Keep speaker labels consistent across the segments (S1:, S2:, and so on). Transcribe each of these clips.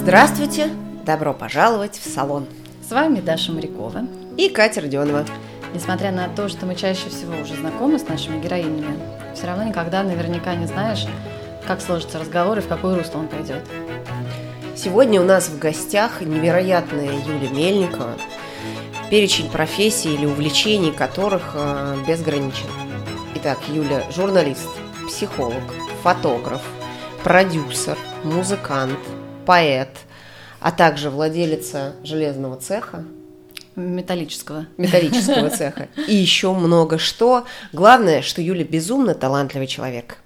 S1: Здравствуйте! Добро пожаловать в салон.
S2: С вами Даша Морякова
S1: и Катя Родионова.
S2: Несмотря на то, что мы чаще всего уже знакомы с нашими героинями, все равно никогда наверняка не знаешь, как сложится разговор и в какое русло он пойдет.
S1: Сегодня у нас в гостях невероятная Юля Мельникова, перечень профессий или увлечений которых безграничен. Итак, Юля – журналист, психолог, фотограф, продюсер, музыкант, поэт, а также владелица железного цеха.
S2: Металлического
S1: цеха. И еще много что. Главное, что Юля безумно талантливый человек.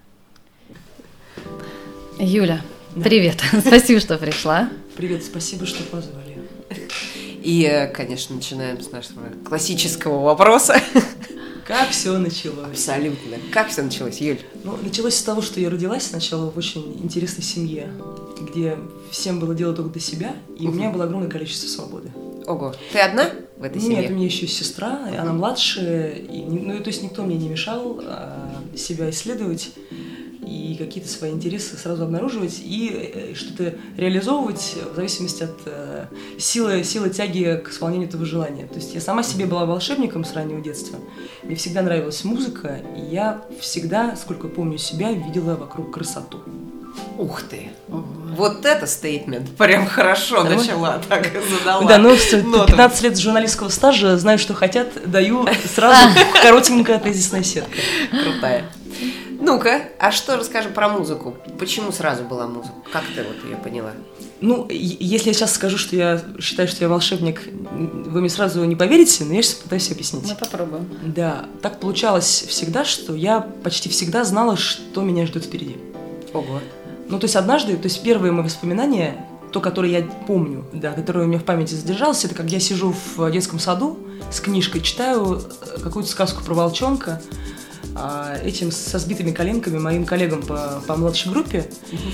S2: Юля, привет. Спасибо, что пришла.
S3: Привет, спасибо, что позвали.
S1: И, конечно, начинаем с нашего классического вопроса.
S3: Как все началось?
S1: Абсолютно. Как все началось, Юль?
S3: Началось с того, что я родилась сначала в очень интересной семье, где всем было дело только до себя, и у меня было огромное количество свободы.
S1: Ого, ты одна в этой семье?
S3: Нет, у меня еще есть сестра, и она младшая, то есть никто мне не мешал себя исследовать и какие-то свои интересы сразу обнаруживать и что-то реализовывать в зависимости от силы тяги к исполнению этого желания. То есть я сама себе была волшебником с раннего детства, мне всегда нравилась музыка, и я всегда, сколько помню себя, видела вокруг красоту.
S1: Ух ты! Вот это стейтмент! Прям хорошо начала, так задала.
S3: Да, 15 лет журналистского стажа, знаю, что хотят, даю сразу коротенькая тезисная сетка.
S1: Крутая. Ну-ка, а что расскажем про музыку? Почему сразу была музыка? Как ты вот ее поняла?
S3: Если я сейчас скажу, что я считаю, что я волшебник, вы мне сразу не поверите, но я сейчас пытаюсь объяснить.
S2: Мы попробуем.
S3: Да, так получалось всегда, что я почти всегда знала, что меня ждет впереди.
S1: Ого.
S3: То есть однажды, первые мои воспоминания, то, которое я помню, да, которое у меня в памяти задержалось, это как я сижу в детском саду с книжкой, читаю какую-то сказку про волчонка, этим со сбитыми коленками моим коллегам по младшей группе,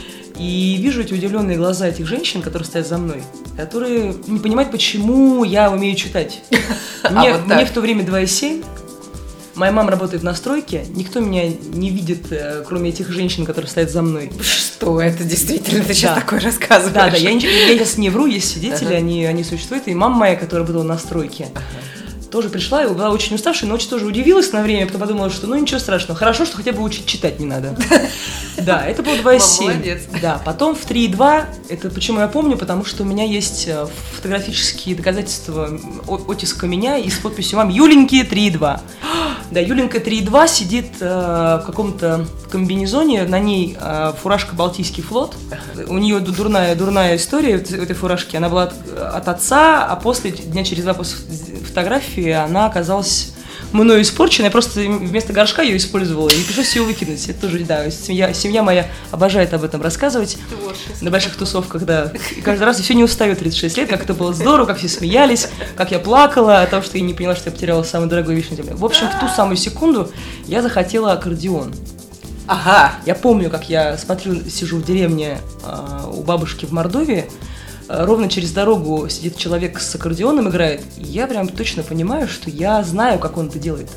S3: и вижу эти удивленные глаза этих женщин, которые стоят за мной, которые не понимают, почему я умею читать. Мне в то время 2,7, моя мама работает на стройке, никто меня не видит, кроме этих женщин, которые стоят за мной.
S1: Что это действительно? Ты сейчас такое рассказываешь?
S3: Да, я сейчас не вру, есть свидетели, они существуют, и мама моя, которая была на стройке, тоже пришла и была очень уставшая, но очень тоже удивилась на время, потом подумала, что ничего страшного, хорошо, что хотя бы учить читать не надо. Да, это было 2,7.
S1: Молодец.
S3: Да, потом в 3,2, это почему я помню, потому что у меня есть фотографические доказательства оттиска меня и с подписью «Мам, Юленьки 3,2». Да, Юленька 3,2 сидит в каком-то комбинезоне, на ней фуражка «Балтийский флот». У нее дурная история в этой фуражке. Она была от отца, а дня через 2 после фотографии она оказалась мною испорчена. Я просто вместо горшка ее использовала и пришлось ее выкинуть. Это тоже, да, семья моя обожает об этом рассказывать. На больших тусовках, да. И каждый раз все не устаю 36 лет, как это было здорово, как все смеялись, как я плакала от того, что я не поняла, что я потеряла самую дорогую вещь на земле. В общем, в ту самую секунду я захотела аккордеон.
S1: Ага.
S3: Я помню, как я сижу в деревне у бабушки в Мордовии, ровно через дорогу сидит человек с аккордеоном, играет, и я прям точно понимаю, что я знаю, как он это делает.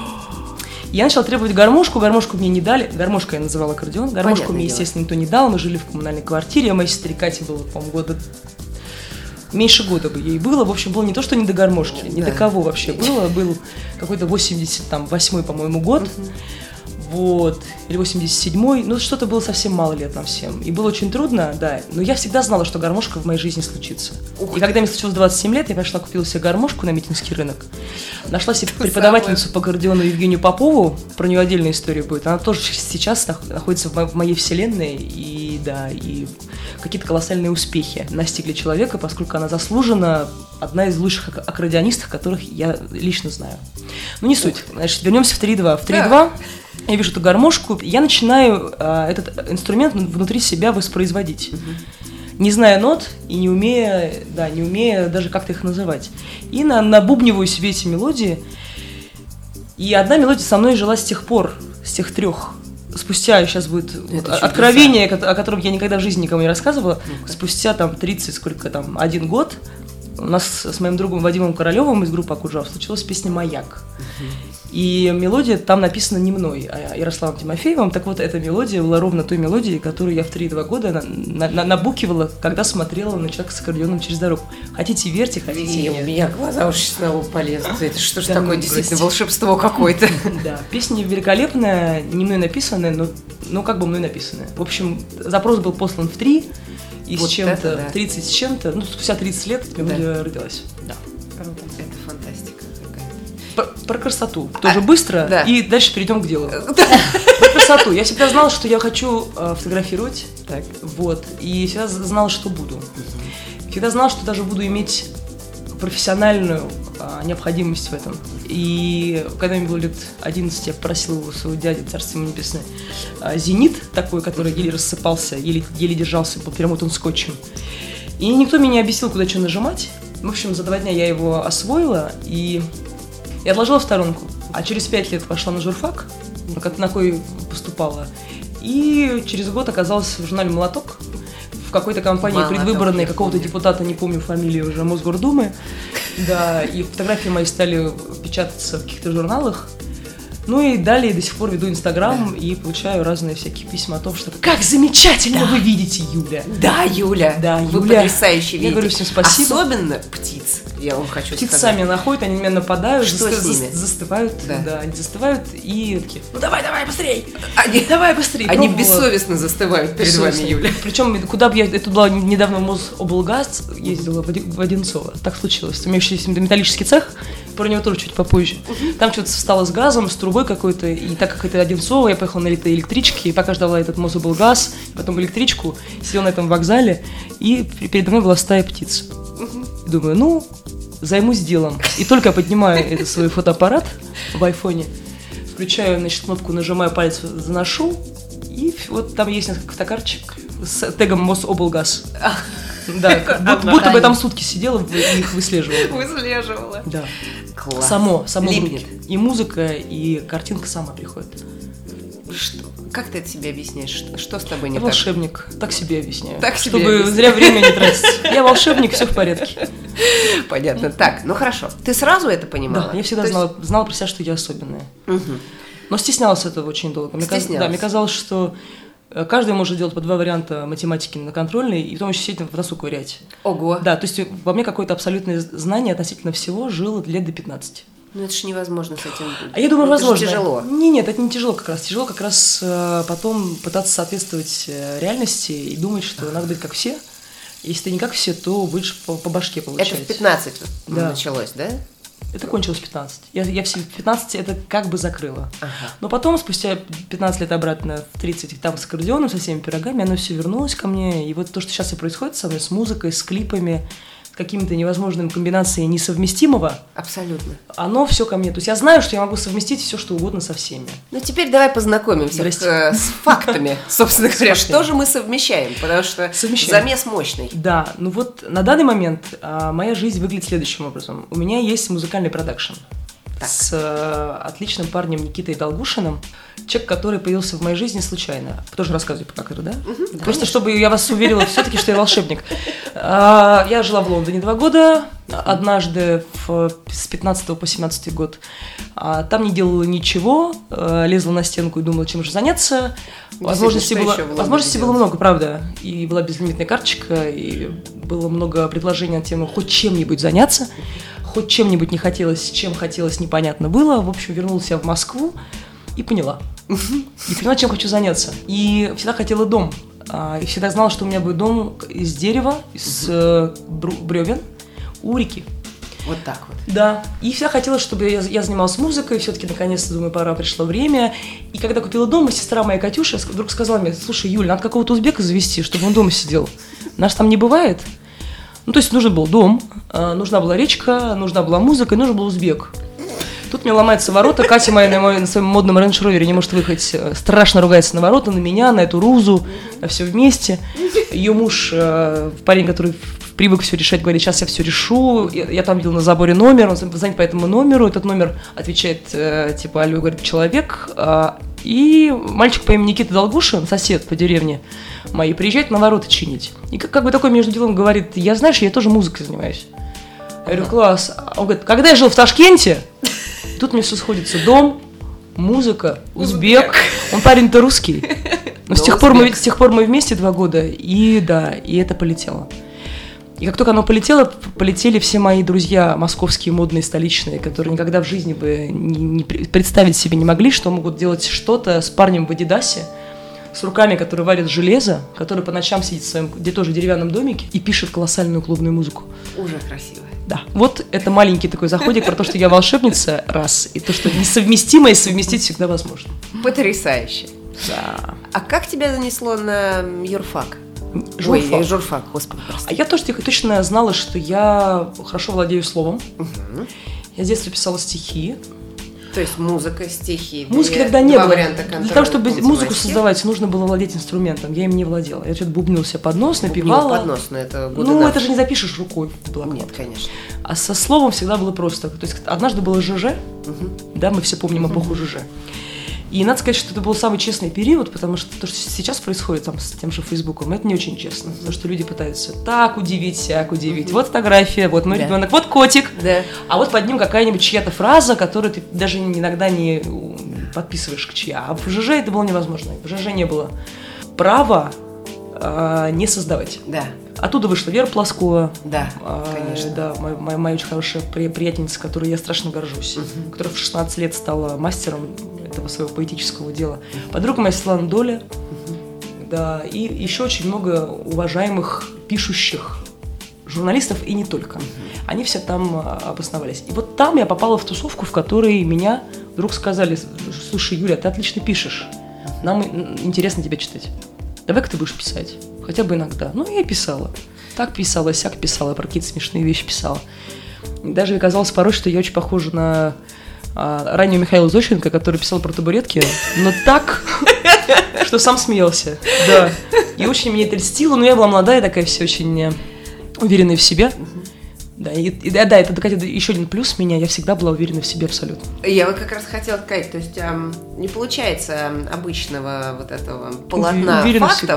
S3: Я начала требовать гармошку мне не дали, гармошку я называла аккордеон, гармошку мне, естественно, никто не дал, мы жили в коммунальной квартире, а моей сестре Кате было, по-моему, меньше года бы ей было, в общем, было не то, что не до гармошки, не до кого вообще было, был какой-то 88-й, по-моему, год, или 87-й, что-то было совсем мало лет нам всем. И было очень трудно, да, но я всегда знала, что гармошка в моей жизни случится. И когда мне случилось 27 лет, я пошла, купила себе гармошку на Митинский рынок, нашла себе преподавательницу по аккордеону Евгению Попову, про нее отдельная история будет, она тоже сейчас находится в моей вселенной, и какие-то колоссальные успехи настигли человека, поскольку она заслуженно одна из лучших аккордеонистов, которых я лично знаю. Не суть. Значит, вернемся в 3,2. В 3,2 я вижу эту гармошку, я начинаю этот инструмент внутри себя воспроизводить. Не зная нот и не умея даже как-то их называть. И набубниваю себе эти мелодии. И одна мелодия со мной жила с тех пор, с тех 3. Спустя, сейчас будет откровение, о котором я никогда в жизни никому не рассказывала, спустя 1 год, у нас с моим другом Вадимом Королевым из группы Акуджав случилась песня «Маяк». И мелодия там написана не мной, а Ярославом Тимофеевым. Так вот, эта мелодия была ровно той мелодией, которую я в 3-2 года набукивала, когда смотрела на человека с аккордеоном через дорогу. Хотите верьте, хотите нет.
S1: У меня глаза уже сейчас на лоб полезут. Это что ж такое, действительно, волшебство какое-то.
S3: Да, песня великолепная, не мной написанная, но как бы мной написанная. В общем, запрос был послан в 3, и
S1: Вот
S3: с чем-то,
S1: это да.
S3: 30 с чем-то, спустя 30 лет эта мелодия родилась. Да.
S2: Круто.
S1: Это фантастика какая-то.
S3: Про красоту. Тоже быстро,
S1: да.
S3: и дальше перейдем к делу. Про красоту. Я всегда знала, что я хочу фотографировать.
S1: Так.
S3: Вот. И всегда знала, что буду. Всегда знала, что даже буду иметь профессиональную необходимость в этом. И когда мне было лет 11, я попросила его, своего дяди, царство ему небесное, зенит такой, который еле рассыпался, еле держался, был перемотан скотчем. И никто меня не объяснил, куда что нажимать. В общем, за 2 дня я его освоила и отложила в сторонку. А через 5 лет пошла на журфак, на кой поступала. И через год оказалась в журнале «Молоток», в какой-то компании предвыборной какого-то депутата, не помню фамилию уже, Мосгордумы. Да, и фотографии мои стали печататься в каких-то журналах. Ну и далее до сих пор веду Инстаграм и получаю разные всякие письма о том, что как замечательно вы видите, Юля.
S1: Да, Юля.
S3: Да,
S1: Вы
S3: Юля.
S1: потрясающие видите.
S3: Я говорю всем спасибо.
S1: Особенно птиц, я вам хочу
S3: Птицы
S1: сказать.
S3: сами находят, они на меня нападают,
S1: Что с ними?
S3: застывают.
S1: Да.
S3: Они застывают и такие, ну давай, быстрей.
S1: Давай
S3: быстрее.
S1: Они
S3: Пробовала.
S1: бессовестно застывают перед вами, Юля.
S3: Причем, куда бы я туда недавно в Мособлгаз ездила, в Одинцово. Так случилось. У меня еще есть металлический цех, про него тоже чуть попозже. Там что-то встало с газом, с трубой какой-то, и так как это Одинцово, я поехала на электричке, и пока ждала этот Мособлгаз, потом электричку, сидела на этом вокзале, и передо мной была стая птиц. И думаю, займусь делом. И только я поднимаю этот свой фотоаппарат в айфоне, включаю, кнопку, нажимаю палец, заношу, и вот там есть несколько фотокарточек с тегом Мособлгаз. Да, будто бы я там сутки сидела и их выслеживала.
S1: Выслеживала.
S3: Да.
S1: Класс.
S3: Само
S1: Липнет.
S3: будет. И музыка, и картинка сама приходит.
S1: Как ты это себе объясняешь? Что с тобой не
S3: Я
S1: так?
S3: волшебник, так себе объясняю.
S1: Так себе
S3: чтобы
S1: объясняю.
S3: зря время не тратить. Я волшебник, все в порядке.
S1: Понятно. Так, ну хорошо. Ты сразу это понимала?
S3: Да, я всегда знала про себя, что я особенная.
S1: Мгм.
S3: Но стеснялась этого очень долго.
S1: Стеснялась.
S3: Мне казалось, что каждый может делать по 2 варианта математики на контрольной, и потом еще сидеть в носу ковырять.
S1: Ого.
S3: Да, то есть во мне какое-то абсолютное знание относительно всего жило лет до 15.
S1: Ну это ж невозможно с этим.
S3: А я думаю,
S1: Это же
S3: возможно.
S1: тяжело.
S3: Нет, это не тяжело как раз. Тяжело как раз потом пытаться соответствовать реальности и думать, что надо быть как все. Если ты не как все, то будешь по башке получать.
S1: Это в 15
S3: Да.
S1: началось, да?
S3: Это кончилось в 15. Я в 15 это как бы закрыла.
S1: Ага.
S3: Но потом, спустя 15 лет обратно, в 30, там с аккордеоном, со всеми пирогами, оно все вернулось ко мне. И вот то, что сейчас и происходит со мной, с музыкой, с клипами, какими-то невозможными комбинациями несовместимого,
S1: Абсолютно.
S3: оно все ко мне. То есть я знаю, что я могу совместить все, что угодно со всеми.
S1: Ну теперь давай познакомимся
S3: Здрасте.
S1: с фактами, собственно
S3: С
S1: говоря.
S3: фактами.
S1: Что же мы совмещаем? Потому что
S3: Совмещаем.
S1: замес мощный.
S3: Да, ну вот на данный момент моя жизнь выглядит следующим образом. У меня есть музыкальный продакшн
S1: Так.
S3: с отличным парнем Никитой Долгушиным. Человек, который появился в моей жизни случайно. Тоже рассказываю, как это, да? Просто чтобы я вас уверила все-таки, что я волшебник. Я жила в Лондоне 2 года. Однажды с 15 по 17 год. Там не делала ничего. Лезла на стенку и думала, чем же заняться. Возможностей было много, правда. И была безлимитная карточка, и было много предложений на тему хоть чем-нибудь заняться. Хоть чем-нибудь не хотелось, чем хотелось, непонятно было. В общем, вернулась я в Москву и поняла. И поняла, чем хочу заняться. И всегда хотела дом. И всегда знала, что у меня будет дом из дерева, из бревен у реки.
S1: Вот так вот.
S3: Да. И всегда хотела, чтобы я занималась музыкой. Все-таки, наконец-то, думаю, пора, пришло время. И когда купила дом, сестра моя Катюша вдруг сказала мне: слушай, Юль, надо какого-то узбека завести, чтобы он дома сидел. Нас там не бывает. Ну, то есть нужен был дом, нужна была речка, нужна была музыка, и нужен был узбек. Тут мне ломаются ворота, Катя моя на своем модном рейндж-ровере не может выехать, страшно ругается на ворота, на меня, на эту Рузу, на все вместе. Ее муж, парень, который привык все решать, говорит: сейчас я все решу. Я там видел на заборе номер, он звонит по этому номеру, этот номер отвечает, типа, алло, говорит, человек. И мальчик по имени Никита Долгушин, сосед по деревне моей, приезжает на ворота чинить. И как бы такой между делом говорит: я, знаешь, я тоже музыкой занимаюсь. Я говорю, класс. Он говорит, когда я жил в Ташкенте, тут мне все сходится. Дом, музыка, узбек. Он парень-то русский. Но с тех пор мы вместе 2 года, и это полетело. И как только оно полетело, полетели все мои друзья московские, модные, столичные, которые никогда в жизни бы не представить себе не могли, что могут делать что-то с парнем в Адидасе, с руками, которые варят железо, который по ночам сидит в своем, где тоже деревянном домике и пишет колоссальную клубную музыку.
S1: Уже красиво.
S3: Да, вот это маленький такой заходик про то, что я волшебница, раз, и то, что несовместимое совместить всегда возможно.
S1: Потрясающе.
S3: Да.
S1: А как тебя занесло на юрфак?
S3: Журфак.
S1: Ой, журфак, господи, прости.
S3: А я тоже точно знала, что я хорошо владею словом.
S1: Угу.
S3: Я с детства писала стихи.
S1: То есть музыка, стихи.
S3: Музыки тогда не было.
S1: Для
S3: того, чтобы музыку создавать, нужно было владеть инструментом. Я им не владела. Я что-то бубнил себе под нос, напевала.
S1: Под нос, но это годы
S3: это же не запишешь рукой в блокнот.
S1: Нет, конечно.
S3: А со словом всегда было просто. То есть однажды было ЖЖ, да, мы все помним эпоху ЖЖ. И надо сказать, что это был самый честный период, потому что то, что сейчас происходит там с тем же Фейсбуком, это не очень честно. Потому что люди пытаются так удивить, сяк удивить. Вот фотография, вот мой ребенок, вот котик.
S1: Да.
S3: А вот под ним какая-нибудь чья-то фраза, которую ты даже иногда не подписываешь к чья. А в ЖЖ это было невозможно. В ЖЖ не было права не создавать.
S1: Да.
S3: Оттуда вышла Вера Плоскова.
S1: Да, конечно.
S3: Да, моя очень хорошая приятельница, которой я страшно горжусь, которая в 16 лет стала мастером этого своего поэтического дела. Подруга моя Светлана Доля. Да, и еще очень много уважаемых пишущих журналистов, и не только. Они все там обосновались. И вот там я попала в тусовку, в которой меня вдруг сказали: слушай, Юля, ты отлично пишешь, нам интересно тебя читать. Давай-ка ты будешь писать, хотя бы иногда. Ну, я писала. Так писала, сяк писала, про какие-то смешные вещи писала. Даже казалось порой, что я очень похожа на раннего Михаила Зощенко, который писал про табуретки, но так, что сам смеялся. Да. И очень меня это льстило, но я была молодая, такая вся очень уверенная в себе. Да, это еще один плюс меня, я всегда была уверена в себе абсолютно.
S1: Я вот как раз хотела сказать, то есть не получается обычного вот этого полотна фактов,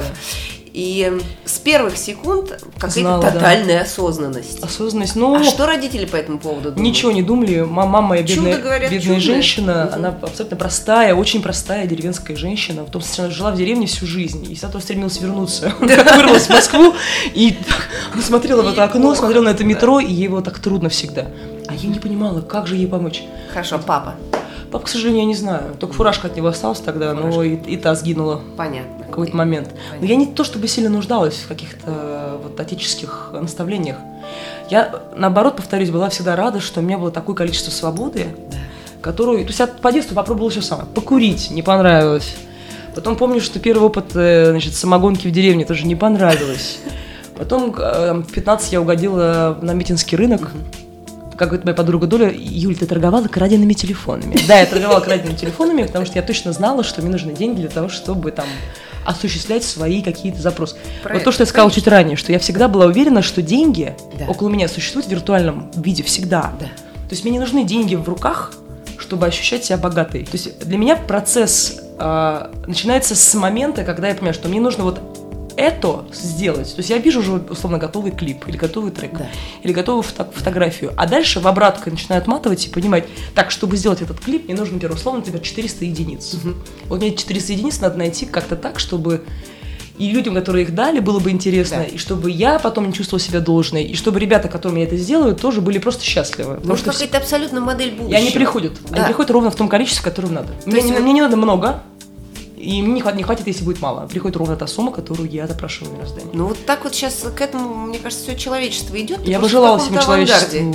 S1: и с первых секунд какая-то тотальная осознанность.
S3: Осознанность,
S1: А что родители по этому поводу думают?
S3: Ничего не думали. Мама моя бедная женщина,
S1: Угу.
S3: Она абсолютно простая, очень простая деревенская женщина. В том смысле, она жила в деревне всю жизнь, и всегда стремилась вернуться. Она вырвалась в Москву, и она смотрела в это окно, смотрела на это метро, и ей было так трудно всегда. А я не понимала, как же ей помочь.
S1: Хорошо, папа.
S3: Папа, к сожалению, я не знаю. Только фуражка от него осталась тогда, но и та сгинула.
S1: Понятно.
S3: В какой-то момент. Но я не то чтобы сильно нуждалась в каких-то вот отеческих наставлениях. Я, наоборот, повторюсь, была всегда рада, что у меня было такое количество свободы, которую... То есть я по детству попробовала все самое. Покурить не понравилось. Потом помню, что первый опыт, самогонки в деревне тоже не понравилось. Потом в 15 я угодила на Митинский рынок. Как говорит моя подруга Доля: Юль, ты торговала краденными телефонами. Да, я торговала краденными телефонами, потому что я точно знала, что мне нужны деньги для того, чтобы там осуществлять свои какие-то запросы. Вот то, что я сказала чуть ранее, что я всегда была уверена, что деньги около меня существуют в виртуальном виде всегда. Да. То есть мне не нужны деньги в руках, чтобы ощущать себя богатой. То есть для меня процесс начинается с момента, когда я понимаю, что мне нужно вот это сделать. То есть я вижу уже условно готовый клип или готовый трек, или готовую фотографию. А дальше в обратку начинаю отматывать и понимать: так, чтобы сделать этот клип, мне нужно, например, условно, 400 единиц. Вот мне эти 400 единиц надо найти как-то так, чтобы и людям, которые их дали, было бы интересно, и чтобы я потом не чувствовала себя должной, и чтобы ребята, которым я это сделаю, тоже были просто счастливы.
S1: Может, какая-то абсолютно модель будущего.
S3: И они приходят. Они приходят ровно в том количестве, которым надо. Мне не надо много. И мне не хватит, если будет мало. Приходит ровно та сумма, которую я запрашиваю на мироздание.
S1: Ну вот так вот сейчас к этому, мне кажется, все человечество идет.
S3: Я бы желала всему человечеству.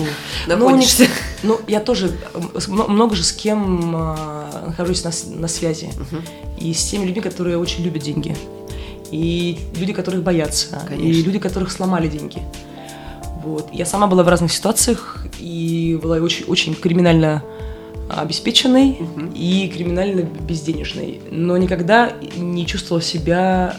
S3: Ну, я тоже много же с кем нахожусь на связи. И с теми людьми, которые очень любят деньги. И люди, которых боятся. Конечно. И люди, которых сломали деньги. Вот. Я сама была в разных ситуациях и была очень, очень криминально обеспеченной и криминально безденежной, но никогда не чувствовала себя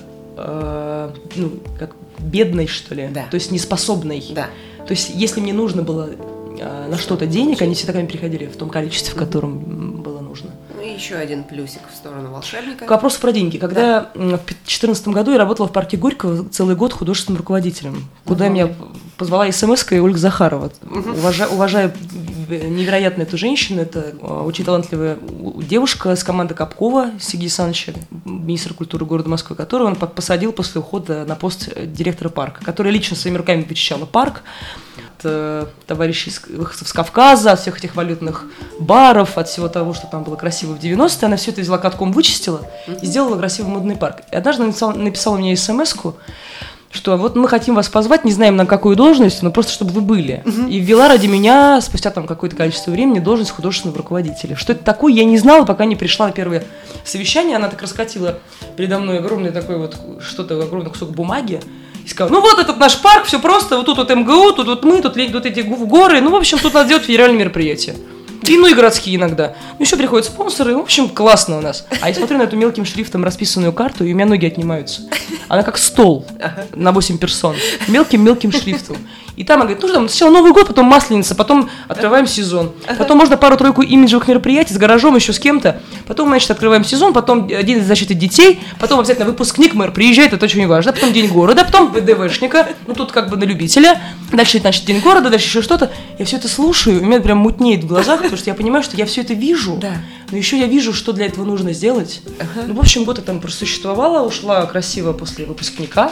S3: как бедной, что ли, то есть неспособной. Да. То есть если мне нужно было на что-то денег, они всегда ко мне приходили в том количестве, в котором было нужно.
S1: Ну и еще один плюсик в сторону волшебника.
S3: К вопросу про деньги. Когда в 2014 году я работала в парке Горького целый год художественным руководителем, куда меня позвала смс-кой Ольга Захарова. Уважаю невероятно эту женщину, это очень талантливая девушка с команды Капкова, Сергея Александровича, министра культуры города Москвы, которую он посадил после ухода на пост директора парка, которая лично своими руками вычищала парк от товарищей выходцев с Кавказа, от всех этих валютных баров, от всего того, что там было красиво в 90-е. Она все это взяла катком, вычистила и сделала красивый модный парк. И однажды написала мне смс-ку, что вот мы хотим вас позвать, не знаем на какую должность, но просто чтобы вы были. И ввела ради меня спустя там какое-то количество времени должность художественного руководителя. Что это такое, я не знала, пока не пришла на первое совещание. Она так раскатила передо мной огромный такой вот что-то, огромный кусок бумаги. И сказала, ну вот этот наш парк, все просто, вот тут вот МГУ, тут вот мы, тут эти горы, ну в общем тут надо делать федеральные мероприятия. И, ну и городские иногда. Ну еще приходят спонсоры, в общем, классно у нас. А я смотрю на эту мелким шрифтом расписанную карту, и у меня ноги отнимаются. Она как стол на 8 персон, мелким-мелким шрифтом. И там она говорит, ну что там, сначала Новый год, потом Масленица, потом открываем сезон. Потом можно пару-тройку имиджевых мероприятий с гаражом, еще с кем-то. Потом, значит, открываем сезон, потом День защиты детей, потом обязательно выпускник, мэр приезжает, это очень важно. Потом День города, потом ВДВшника, ну тут как бы на любителя. Дальше, значит, День города, дальше еще что-то. Я все это слушаю, у меня прям мутнеет в глазах, потому что я понимаю, что я все это вижу. Да. Но еще я вижу, что для этого нужно сделать. Ну, в общем, год я там просуществовала, ушла красиво после выпускника.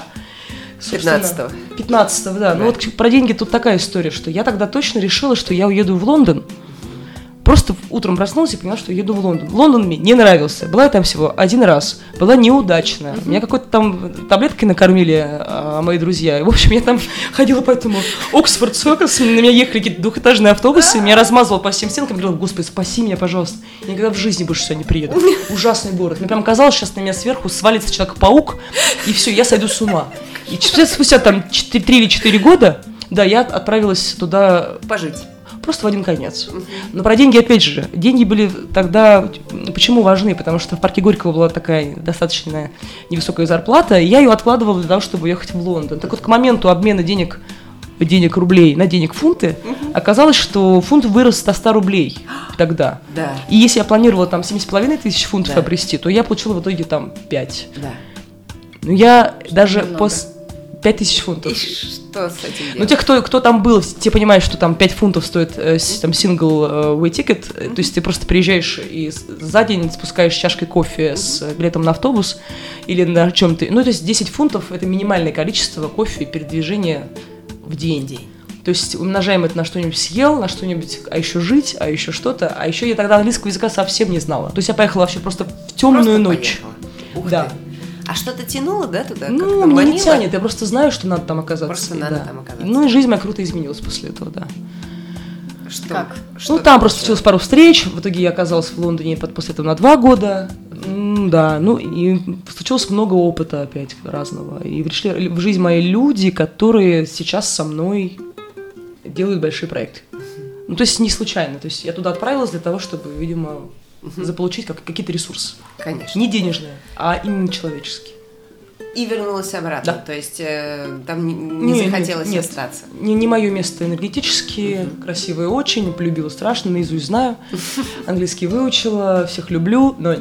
S3: 15-го, да. Ну вот про деньги тут такая история, что я тогда точно решила, что я уеду в Лондон. Просто утром проснулась и поняла, что еду в Лондон. Лондон мне не нравился. Была я там всего один раз. Была неудачная. Меня какой-то там таблеткой накормили мои друзья. И, в общем, я там ходила по этому Оксфорд Сокерс. На меня ехали какие-то двухэтажные автобусы. Меня размазывало по всем стенкам. Я говорила, господи, спаси меня, пожалуйста. Я никогда в жизни больше сюда не приеду. Ужасный город. Мне прям казалось, сейчас на меня сверху свалится Человек-паук. И все, я сойду с ума. И спустя там 3 или 4 года, да, я отправилась туда
S1: пожить.
S3: Просто в один конец. Но про деньги, опять же, деньги были тогда, почему важны? Потому что в парке Горького была такая достаточно невысокая зарплата, и я ее откладывала для того, чтобы уехать в Лондон. Так вот, к моменту обмена денег рублей на денег фунты, оказалось, что фунт вырос до 100 рублей тогда. Да. И если я планировала там 7,5 тысяч фунтов обрести, то я получила в итоге там 5. Да. Ну, я даже после 5 тысяч фунтов.
S1: И что с этим делать?
S3: Ну, те, кто там был, те понимают, что там 5 фунтов стоит там single way ticket, то есть ты просто приезжаешь и за день спускаешь чашкой кофе с билетом на автобус или на чем-то. Ну, то есть 10 фунтов – это минимальное количество кофе и передвижения в день. То есть умножаем это на что-нибудь съел, на что-нибудь, а еще жить, а еще что-то. А еще я тогда английского языка совсем не знала. То есть я поехала вообще просто в темную ночь.
S1: Ух ты. А что-то тянуло, да, туда?
S3: Ну, меня не тянет, я просто знаю, что надо там оказаться.
S1: Просто надо там оказаться.
S3: Ну, и жизнь моя круто изменилась после этого, да.
S1: Что? Как?
S3: Ну, там просто случилось пару встреч, в итоге я оказалась в Лондоне после этого на 2 года. Да, ну, и случилось много опыта опять разного. И пришли в жизнь мои люди, которые сейчас со мной делают большие проекты. Ну, то есть не случайно. То есть я туда отправилась для того, чтобы, видимо, заполучить какие-то ресурсы.
S1: Конечно.
S3: Не денежные, а именно человеческие.
S1: И вернулась обратно, да. То есть там не захотелось остаться.
S3: Не мое место энергетически, красивое очень, полюбила страшно, наизусть знаю, английский выучила, всех люблю, но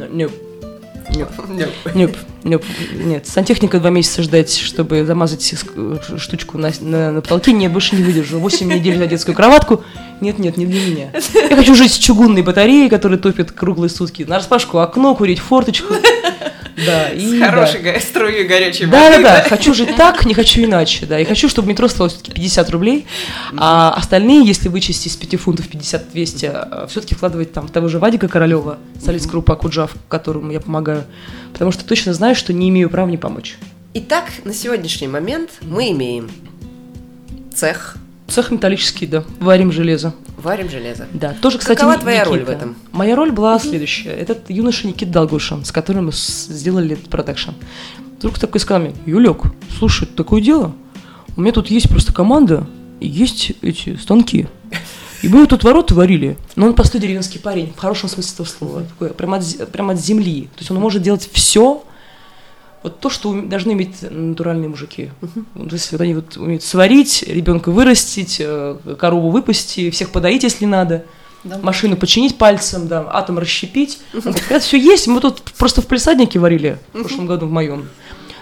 S3: нет, сантехника 2 месяца ждать, чтобы замазать штучку на потолке, нет, больше не выдержу, 8 недель на детскую кроватку, нет, не для меня. Я хочу жить с чугунной батареей, которая топит круглые сутки, нараспашку окно, курить форточку. Да,
S1: с хорошей струей горячей воды.
S3: Да, хочу жить так, не хочу иначе, да, и хочу, чтобы метро стоило все-таки 50 рублей, а остальные, если вычесть из 5 фунтов 50-200, все-таки вкладывать там того же Вадика Королева, солист группы Акуджав, которому я помогаю, потому что точно знаю, что не имею права не помочь.
S1: Итак, на сегодняшний момент мы имеем цех.
S3: Цех металлический, да, варим железо.
S1: Варим железо.
S3: Да, тоже, кстати,
S1: какова твоя роль в этом?
S3: Моя роль была следующая. Этот юноша Никита Долгушин, с которым мы сделали этот продакшн. Вдруг такой сказал мне: Юлек, слушай, такое дело, у меня тут есть просто команда, и есть эти станки. И мы тут ворота варили. Но он простой деревенский парень, в хорошем смысле этого слова, такой, прямо от земли. То есть он может делать все, вот то, что должны иметь натуральные мужики. То есть вот они вот умеют сварить, ребенка вырастить, корову выпасти, всех подоить, если надо, машину починить пальцем, да, атом расщепить. Это все есть. Мы тут просто в палисаднике варили в прошлом году в моем.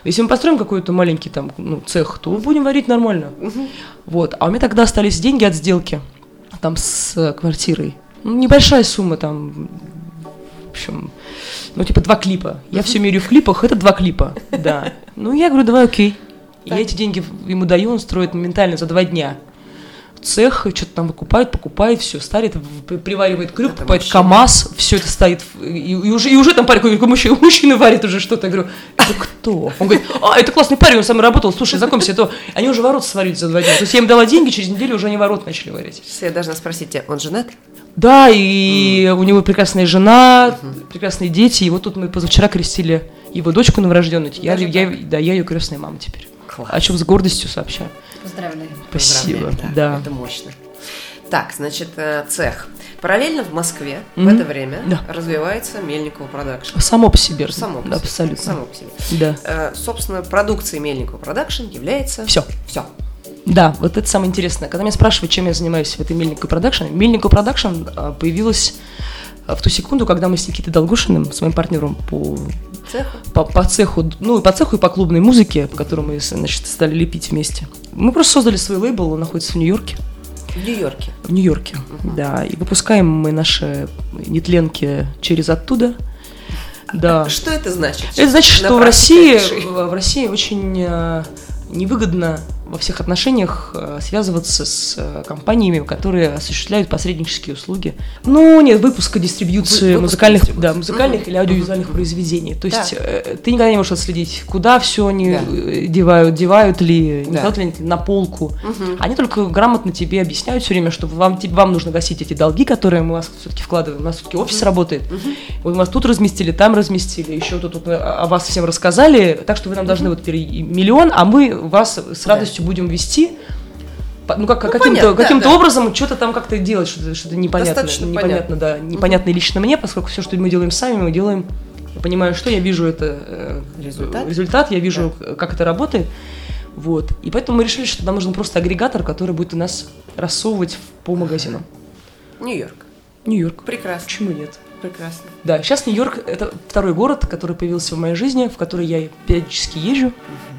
S3: Если мы построим какой-то маленький там, цех, то будем варить нормально. Вот. А у меня тогда остались деньги от сделки там с квартирой. Небольшая сумма там, в общем, 2 клипа. Я все меряю в клипах, это 2 клипа, да. Я говорю, давай, окей. И я эти деньги ему даю, он строит моментально за 2 дня. Цех, что-то там покупает, все, ставит, приваривает крюк, покупает КамАЗ, все это стоит, и уже там парень, мужчина варит уже что-то. Я говорю, это кто? Он говорит, это классный парень, он со мной работал, слушай, знакомься, то они уже ворот сварили за 2 дня. То есть я им дала деньги, через неделю уже они ворот начали варить.
S1: Я должна спросить тебя, он женат?
S3: Да, и у него прекрасная жена, прекрасные дети, и вот тут мы позавчера крестили его дочку новорожденную, я ее крестная мама теперь. Класс. О чем с гордостью сообщаю.
S2: Поздравляю.
S3: Спасибо. Да.
S1: Это мощно. Так, значит, цех. Параллельно в Москве в это время развивается Мельникова продакшн.
S3: Само по себе.
S1: Абсолютно. Само по себе.
S3: Да.
S1: Собственно, продукцией Мельникова продакшн является...
S3: Все. Да, вот это самое интересное. Когда меня спрашивают, чем я занимаюсь в этой Мельникова продакшн, Мельникова продакшн появилась в ту секунду, когда мы с Никитой Долгушиным, с моим партнером по цеху, по цеху и по клубной музыке, по которой мы, стали лепить вместе. Мы просто создали свой лейбл, он находится в Нью-Йорке. В Нью-Йорке, да. И выпускаем мы наши нетленки через оттуда. Да.
S1: Что это значит?
S3: Это значит, что в России очень невыгодно во всех отношениях связываться с компаниями, которые осуществляют посреднические услуги. Выпуска, дистрибьюции музыкальных или аудиовизуальных произведений. То есть ты никогда не можешь отследить, куда все они девают ли, не кладут ли они на полку. Они только грамотно тебе объясняют все время, что вам нужно гасить эти долги, которые мы вас все-таки вкладываем. У нас все-таки офис работает. Вот мы вас тут разместили, там разместили, еще тут о вас всем рассказали, так что вы нам должны миллион, а мы вас с радостью будем вести, каким-то образом что-то там как-то делать, что-то непонятное лично мне, поскольку все, что мы делаем сами, мы делаем, я понимаю, что я вижу это результат, я вижу, как это работает, вот, и поэтому мы решили, что нам нужен просто агрегатор, который будет нас рассовывать по магазинам. Нью-Йорк. Прекрасно. Почему нет?
S1: Прекрасно.
S3: Да, сейчас Нью-Йорк – это второй город, который появился в моей жизни, в который я периодически езжу.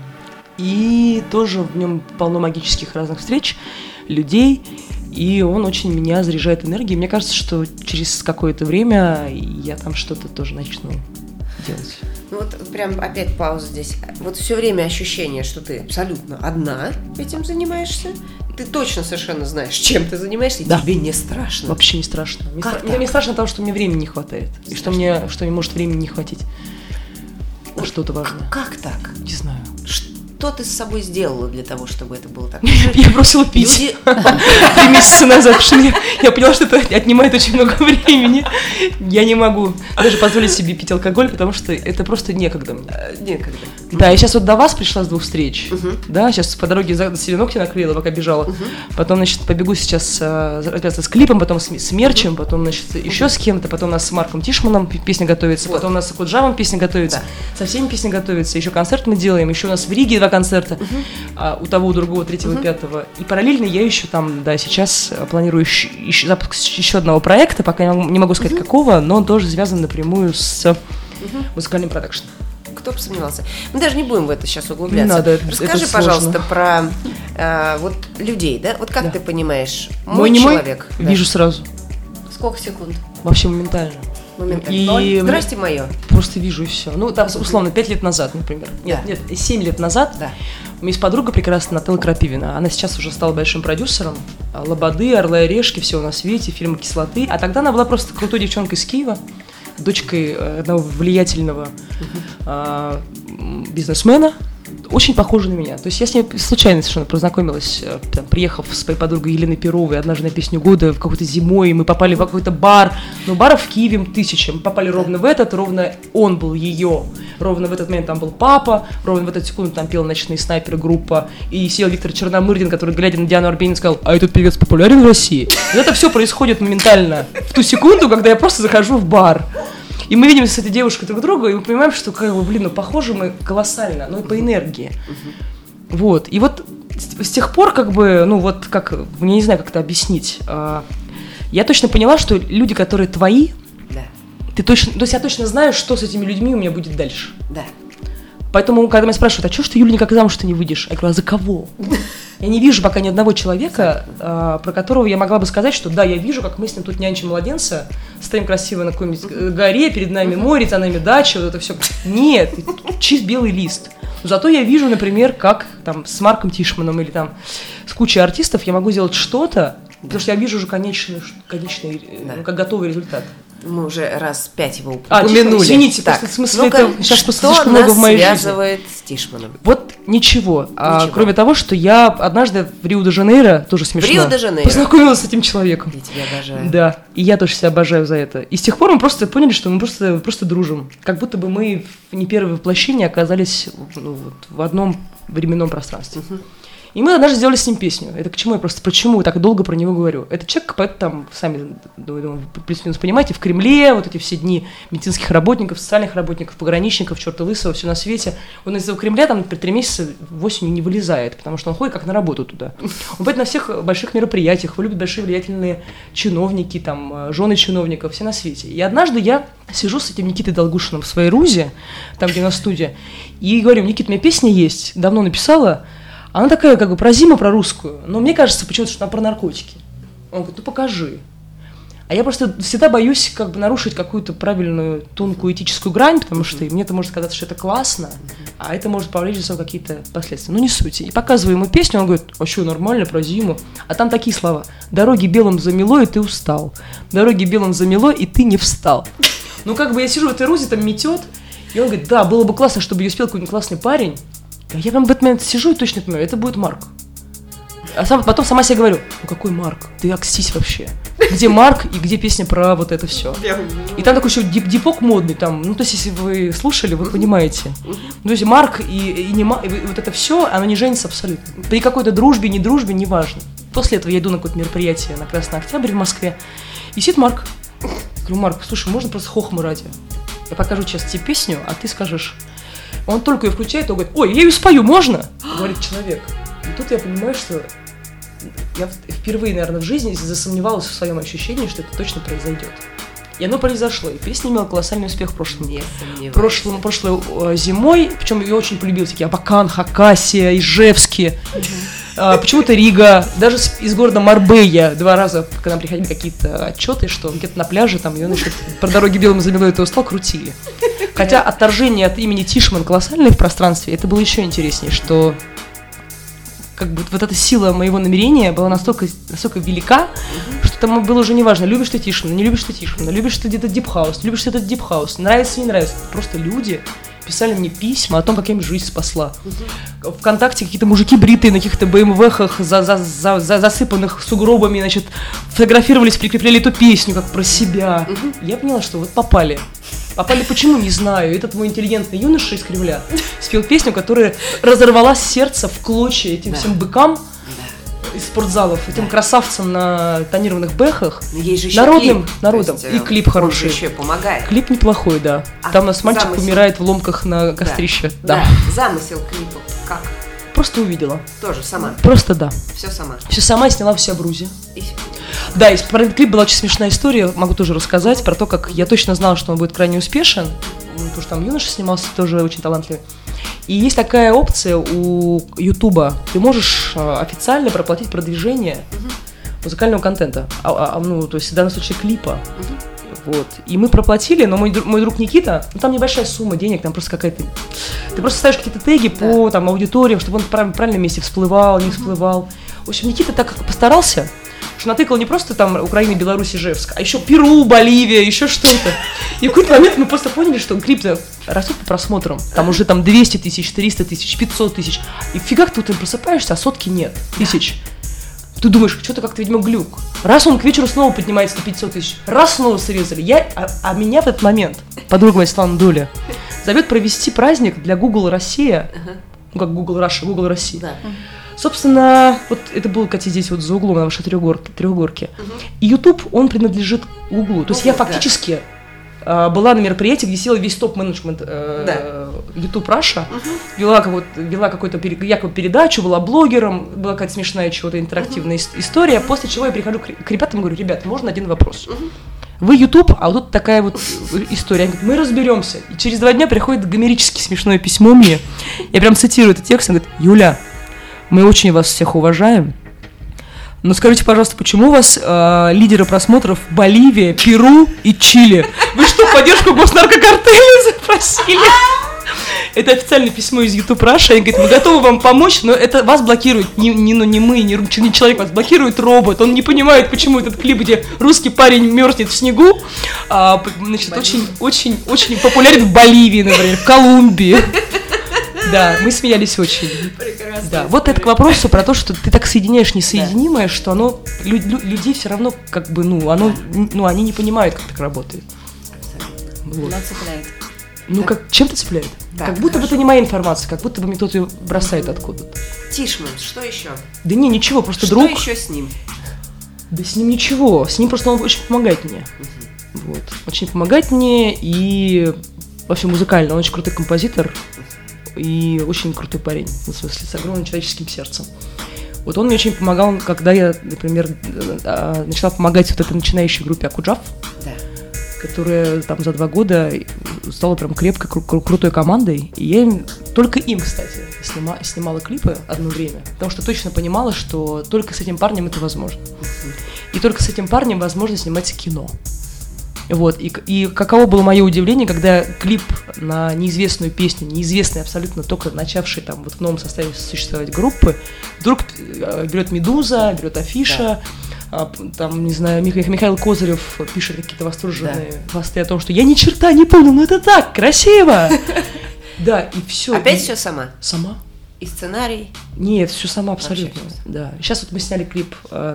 S3: И тоже в нем полно магических разных встреч, людей, и он очень меня заряжает энергией. Мне кажется, что через какое-то время я там что-то тоже начну делать.
S1: Прям опять пауза здесь. Вот все время ощущение, что ты абсолютно одна этим занимаешься. Ты точно совершенно знаешь, чем ты занимаешься, и тебе не страшно.
S3: Вообще не страшно. Мне страшно того, что мне времени не хватает, и что мне может времени не хватить. Что-то важное.
S1: Как так?
S3: Не знаю.
S1: Что ты с собой сделала для того, чтобы это было так?
S3: Я бросила пить 3 месяца назад, потому что я поняла, что это отнимает очень много времени. Я не могу даже позволить себе пить алкоголь, потому что это просто некогда мне.
S1: Некогда.
S3: Да, я сейчас до вас пришла с 2 встреч. Да, сейчас по дороге себе ногти наклеила, пока бежала. Потом, побегу сейчас разбираться с клипом, потом с мерчем, потом, еще с кем-то, потом у нас с Марком Тишманом песня готовится, потом у нас с Куджавом песня готовится, со всеми песня готовится, еще концерт мы делаем, еще у нас в Риге 2 концерта, у того, у другого, 3-го, 5-го. И параллельно я еще там, сейчас планирую запуск еще одного проекта, пока не могу сказать какого, но он тоже связан напрямую с музыкальным продакшеном.
S1: Кто бы сомневался. Мы даже не будем в это сейчас углубляться.
S3: Не надо,
S1: расскажи, пожалуйста, про людей, да? Вот как ты понимаешь,
S3: мой человек? Вижу сразу.
S2: Сколько секунд?
S3: Вообще моментально.
S1: И здрасте, мое.
S3: Просто вижу и все. Там, условно, 5 лет назад, например. Нет, 7 лет назад. Да. У меня есть подруга прекрасная, Нателла Крапивина. Она сейчас уже стала большим продюсером. «Лободы», «Орлы и орешки», «Всего на свете», фильмы «Кислоты». А тогда она была просто крутой девчонкой из Киева, дочкой одного влиятельного бизнесмена, очень похожа на меня. То есть я с ней случайно совершенно познакомилась, приехав с своей подругой Еленой Перовой однажды на песню года в какой-то зимой, и мы попали в какой-то бар. Но баров в Киеве 1000. Мы попали ровно в этот, ровно он был ее. Ровно в этот момент там был папа, ровно в эту секунду там пела «Ночные снайперы» группа, и сел Виктор Черномырдин, который, глядя на Диану Арбенин, сказал: «А этот певец популярен в России?» И это все происходит моментально, в ту секунду, когда я просто захожу в бар. И мы видим с этой девушкой друг друга, и мы понимаем, что, похожи мы колоссально, и по энергии. Вот. И вот с тех пор, я не знаю, как это объяснить, я точно поняла, что люди, которые твои, то есть я точно знаю, что с этими людьми у меня будет дальше.
S1: Да.
S3: Поэтому, когда меня спрашивают, а чего ж ты, Юля, никак замуж-то не выйдешь? Я говорю, а за кого? Я не вижу пока ни одного человека, про которого я могла бы сказать, что да, я вижу, как мы с ним тут нянчим младенца, стоим красиво на какой-нибудь горе, перед нами море, за нами дача, вот это все. Нет, чист белый лист. Зато я вижу, например, как там с Марком Тишманом или там с кучей артистов я могу сделать что-то, потому что я вижу уже конечный как готовый результат.
S1: Мы уже раз 5 его упомянули.
S3: Извините, так, в смысле, это сейчас просто слишком много в моей жизни.
S1: Что нас связывает с Тишманом?
S3: Вот ничего. Кроме того, что я однажды в Рио-де-Жанейро, тоже смешно, познакомилась с этим человеком.
S1: Я тебя обожаю.
S3: Да, и я тоже себя обожаю за это. И с тех пор мы просто поняли, что мы просто дружим. Как будто бы мы в не первое воплощение оказались в одном временном пространстве. И мы однажды сделали с ним песню. Это к чему я просто, почему я так долго про него говорю? Это человек, поэт там, сами, думаю, плюс-минус понимаете, в Кремле, вот эти все дни медицинских работников, социальных работников, пограничников, черта лысого, все на свете. Он из этого Кремля там, например, 3 месяца в осенью не вылезает, потому что он ходит как на работу туда. Он бывает на всех больших мероприятиях, его любят большие влиятельные чиновники, там, жены чиновников, все на свете. И однажды я сижу с этим Никитой Долгушиным в своей Рузе, там, где у нас студия, и говорю, Никит, у меня песня есть, давно написала. Она такая, как бы, про зиму, про русскую, но мне кажется почему-то, что она про наркотики. Он говорит, ну покажи. А я просто всегда боюсь как бы нарушить какую-то правильную, тонкую этическую грань, потому что мне это может казаться, что это классно, а это может повлечь за собой какие-то последствия. Ну не суть. И показываю ему песню, он говорит, а что, нормально, про зиму. А там такие слова. Дороги белым замело, и ты устал. Дороги белым замело, и ты не встал. Ну как бы я сижу в этой Рузе, там метет, и он говорит, да, было бы классно, чтобы ее спел какой-нибудь классный парень. Я прям в этот момент сижу и точно понимаю, это будет Марк. А потом сама себе говорю, ну какой Марк? Ты окстись вообще. Где Марк и где песня про вот это все? И там такой еще дипок модный, там, ну то есть если вы слушали, вы понимаете. Ну, то есть Марк и вот это все, оно не женится абсолютно. При какой-то дружбе, не дружбе, неважно. После этого я иду на какое-то мероприятие на Красный Октябрь в Москве, и сидит Марк. Я говорю, Марк, слушай, можно просто хохму ради? Я покажу сейчас тебе песню, а ты скажешь. Он только ее включает, он говорит, ой, я ее спою, можно? Говорит человек. И тут я понимаю, что я впервые, наверное, в жизни засомневалась в своем ощущении, что это точно произойдет. И оно произошло. И песня имела колоссальный успех прошлой зимой. Причем ее очень полюбил всякие Абакан, Хакасия, Ижевский. Почему-то Рига, даже из города Марбейя 2 раза, когда нам приходили какие-то отчеты, что где-то на пляже там ее насчет про дороги белым замело, это устал, крутили. Хотя отторжение от имени Тишман колоссальное в пространстве, это было еще интереснее, что как бы вот эта сила моего намерения была настолько велика, что там было уже неважно, любишь ты Тишмана, не любишь ты Тишмана, любишь ты где-то дипхаус, любишь ты этот дипхаус, нравится, не нравится. Просто люди писали мне письма о том, как я им жизнь спасла. ВКонтакте какие-то мужики бритые на каких-то БМВхах, засыпанных сугробами, значит, фотографировались, прикрепляли эту песню, как про себя. Я поняла, что вот попали. Попали почему, не знаю. Этот мой интеллигентный юноша из Кремля спел песню, которая разорвала сердце в клочья этим всем быкам из спортзалов, этим красавцам на тонированных бэхах, народным народом. И клип хороший.
S1: Еще помогает.
S3: Клип неплохой, да. Там у нас мальчик умирает в ломках на кострище.
S1: Да. Замысел клипа как?
S3: Просто увидела.
S1: Тоже сама?
S3: Просто да.
S1: Все сама?
S3: Все сама, и сняла все в Рузе. Да, и про этот клип была очень смешная история, могу тоже рассказать, про то, как я точно знала, что он будет крайне успешен, потому что там юноша снимался, тоже очень талантливый. И есть такая опция у Ютуба, ты можешь официально проплатить продвижение музыкального контента, ну, то есть в данном случае клипа. Вот. И мы проплатили, но мой друг Никита, ну там небольшая сумма денег, там просто какая-то... Ты просто ставишь какие-то теги по там, аудиториям, чтобы он в правильном месте всплывал, не всплывал. В общем, Никита так постарался, что натыкал не просто там Украина, Беларусь, Ижевск, а еще Перу, Боливия, еще что-то. И в какой-то момент мы просто поняли, что клип-то растет по просмотрам. Там уже там 200 тысяч, 300 тысяч, 500 тысяч. И фига ты просыпаешься, а сотки нет, тысяч. Ты думаешь, что-то как-то, видимо, глюк. Раз он к вечеру снова поднимается на 500 тысяч, раз снова срезали. А меня в этот момент подруга моя Светлана Доля зовет провести праздник для Google Россия. Ну, как Google Russia, Google Россия. Да. Собственно, вот это было, кстати, здесь вот за углом на вашей трехгорке. И YouTube, он принадлежит Google. То есть я фактически была на мероприятии, где села весь топ-менеджмент YouTube Russia, вела какую-то якобы передачу, была блогером, была какая-то смешная чего-то интерактивная история, после чего я прихожу к ребятам и говорю, ребят, можно один вопрос? Вы YouTube, а вот тут такая вот история. Они говорят, мы разберемся. И через 2 дня приходит гомерически смешное письмо мне. Я прям цитирую этот текст. Он говорит, Юля, мы очень вас всех уважаем. Но скажите, пожалуйста, почему у вас лидеры просмотров Боливия, Перу и Чили? Вы что, поддержку госнаркокартеля запросили? Это официальное письмо из YouTube Russia. Они говорят, мы готовы вам помочь, но это вас блокирует не мы, не человек, вас блокирует робот. Он не понимает, почему этот клип, где русский парень мерзнет в снегу, значит, очень популярен в Боливии, например, в Колумбии. Да, мы смеялись очень. Прекрасно. Да, вот это к вопросу про то, что ты так соединяешь несоединимое, что оно людей все равно как бы, они не понимают, как так работает.
S2: Вот. Она цепляет.
S3: Чем-то цепляет. Да, как будто бы это не моя информация, как будто бы мне кто-то ее бросает откуда-то.
S1: Тишман, что еще?
S3: Да ничего, просто друг.
S1: Что еще с ним?
S3: Да с ним ничего, с ним просто он очень помогает мне. Вот. Очень помогает мне и вообще музыкально, он очень крутой композитор и очень крутой парень, в смысле, с огромным человеческим сердцем. Вот он мне очень помогал, когда я, например, начала помогать вот этой начинающей группе Акуджав. Да. Которая там за 2 года стала прям крепкой, крутой командой. И я только им, кстати, снимала клипы одно время, потому что точно понимала, что только с этим парнем это возможно. И только с этим парнем возможно снимать кино. Вот. И каково было мое удивление, когда клип на неизвестную песню, неизвестной абсолютно только начавшей там вот в новом составе существовать группы, вдруг берет «Медуза», берет «Афиша», там, не знаю, Михаил Козырев пишет какие-то восторженные посты о том, что я ни черта не понял, но это так красиво! Да, и все.
S1: Опять все сама?
S3: Сама.
S1: И сценарий?
S3: Нет, все сама абсолютно. Да. Сейчас вот мы сняли клип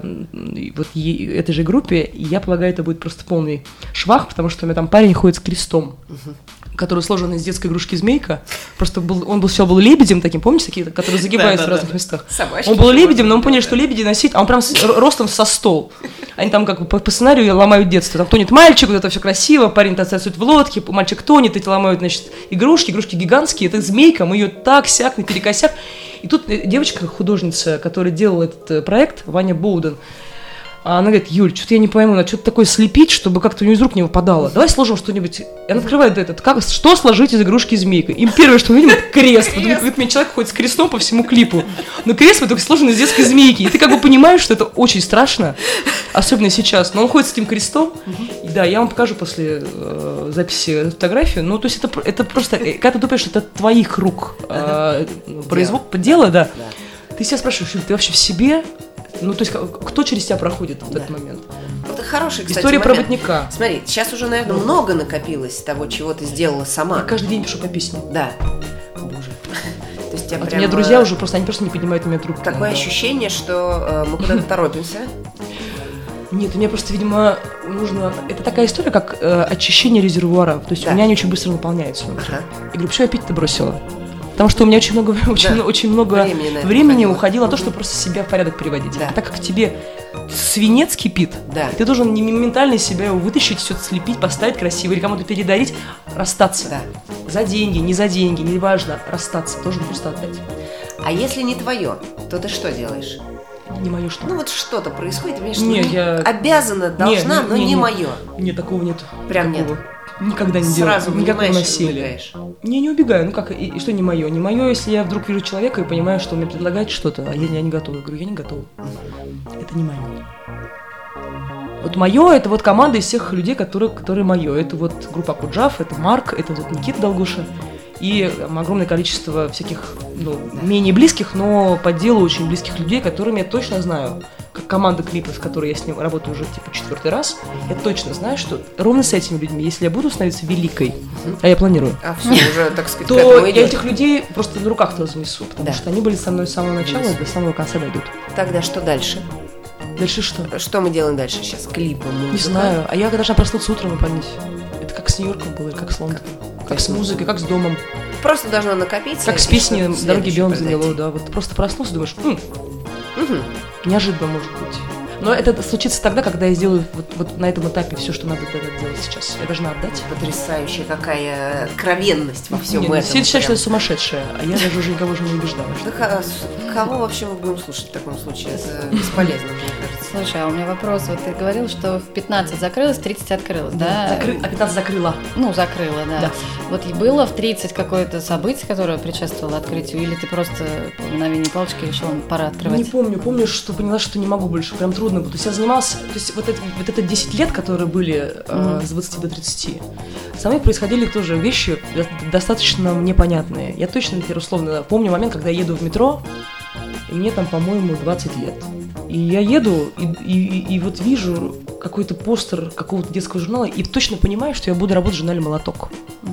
S3: вот этой же группе, и я полагаю, это будет просто полный швах, потому что у меня там парень ходит с крестом, который сложен из детской игрушки змейка. Просто он был лебедем таким, помните, такие, которые загибаются в разных местах?
S1: Собачки.
S3: Он был лебедем, но он понял, что лебеди носить, а он прям ростом со стол. Они там как бы по сценарию ломают детство. Там тонет мальчик, вот это все красиво, парень танцует в лодке, мальчик тонет, эти ломают, значит, игрушки гигантские, это змейка, мы ее так-сяк, наперекосяк. И тут девочка-художница, которая делала этот проект, Ваня Боуден, она говорит, Юль, что-то я не пойму, надо что-то такое слепить, чтобы как-то у нее из рук не выпадало. Давай сложим что-нибудь. И она открывает что сложить из игрушки змейка? И первое, что мы видим, это крест. Вот мне человек ходит с крестом по всему клипу. Но крест вот только сложен из детской змейки. И ты как бы понимаешь, что это очень страшно, особенно сейчас. Но он ходит с этим крестом. И да, я вам покажу после записи фотографию. Ну, то есть это просто, когда ты думаешь, что это твоих рук дело, да. Ты себя спрашиваешь, Юль, ты вообще в себе? Ну, то есть, кто через тебя проходит в этот момент?
S1: Вот это хороший, кстати,
S3: история
S1: момент.
S3: проводника.
S1: Смотри, сейчас уже, наверное, много накопилось того, чего ты сделала сама.
S3: Я каждый день пишу по песне.
S1: Да. Боже. То есть,
S3: у меня друзья уже они просто не поднимают меня трубку.
S1: Такое ощущение, что мы куда-то торопимся.
S3: Нет, у меня просто, видимо, нужно... Это такая история, как очищение резервуара. То есть у меня они очень быстро наполняются. Я говорю, почему я пить-то бросила? Потому что у меня очень много времени уходило на то, чтобы просто себя в порядок приводить. Да. А так как тебе свинец кипит, ты должен не моментально из себя его вытащить, все слепить, поставить красиво или кому-то передарить, расстаться. Да. За деньги, неважно, расстаться, должен просто отдать.
S1: А если не твое, то ты что делаешь?
S3: Не мое что?
S1: Ну вот что-то происходит, я обязана, должна, но не мое.
S3: Нет, такого нет.
S1: Прям нет.
S3: Никогда не делаю.
S1: Сразу никакого насилия.
S3: Не убегаю. Ну как, и что не мое? Не мое, если я вдруг вижу человека и понимаю, что он мне предлагает что-то, а я не готова. Я говорю, я не готова. Это не мое. Вот мое, это вот команда из всех людей, которые мое. Это вот группа Акуджав, это Марк, это вот Никита Долгуша. И огромное количество всяких, менее близких, но по делу очень близких людей, которыми я точно знаю, как команда клипов, с которой я с ним работаю уже 4-й раз, я точно знаю, что ровно с этими людьми, если я буду становиться великой, а я планирую,
S1: уже, так сказать,
S3: то я этих людей просто на руках разнесу, потому что они были со мной с самого начала и до самого конца дойдут.
S1: Тогда что дальше?
S3: Дальше что?
S1: Что мы делаем дальше сейчас? Клипы, музыка?
S3: Не знаю, а я должна проснуться утром и понять. Это как с Нью-Йорком было, или как с Лондоном. Как с музыкой, как с домом.
S1: Просто должна накопиться.
S3: Как с песней «Дороги белым замело», да. Вот просто проснулся, думаешь, неожиданно может быть. Но это случится тогда, когда я сделаю вот на этом этапе все, что надо делать сейчас. Я должна отдать.
S1: Потрясающая какая откровенность во всем этом.
S3: Все считают, что я сумасшедшая, а я даже уже никого уже не убеждаю.
S1: Кого вообще мы будем слушать в таком случае? Это бесполезно, мне кажется.
S2: Слушай, а у меня вопрос. Вот ты говорил, что в 15 закрылось, в 30 открылось, да?
S3: А 15 закрыла.
S2: Закрыла, да. Вот и было в 30 какое-то событие, которое предшествовало открытию, или ты просто по мгновению палочки решила, пора открывать?
S3: Не помню. Помню, что поняла, что не могу больше. Прям трудно было. То есть я занималась... То есть вот это 10 лет, которые были с 20 до 30, со мной происходили тоже вещи достаточно мне понятные. Я точно, например, условно помню момент, когда я еду в метро, и мне там, по-моему, 20 лет. И я еду, и вот вижу какой-то постер какого-то детского журнала, и точно понимаю, что я буду работать в журнале «Молоток»,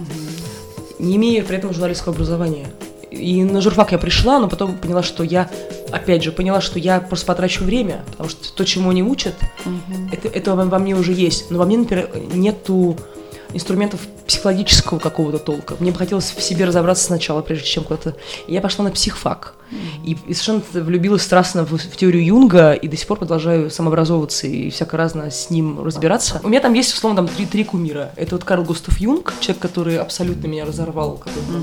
S3: не имея при этом журналистского образования. И на журфак я пришла, но потом поняла, что я, опять же, что я просто потрачу время, потому что то, чему они учат, это во мне уже есть. Но во мне, например, нету инструментов психологического какого-то толка. Мне бы хотелось в себе разобраться сначала, прежде чем куда-то... И я пошла на психфак. И совершенно влюбилась страстно в теорию Юнга, и до сих пор продолжаю самообразовываться и всяко разно с ним разбираться. У меня там есть, условно, там три кумира. Это вот Карл Густав Юнг, человек, который абсолютно меня разорвал в какой-то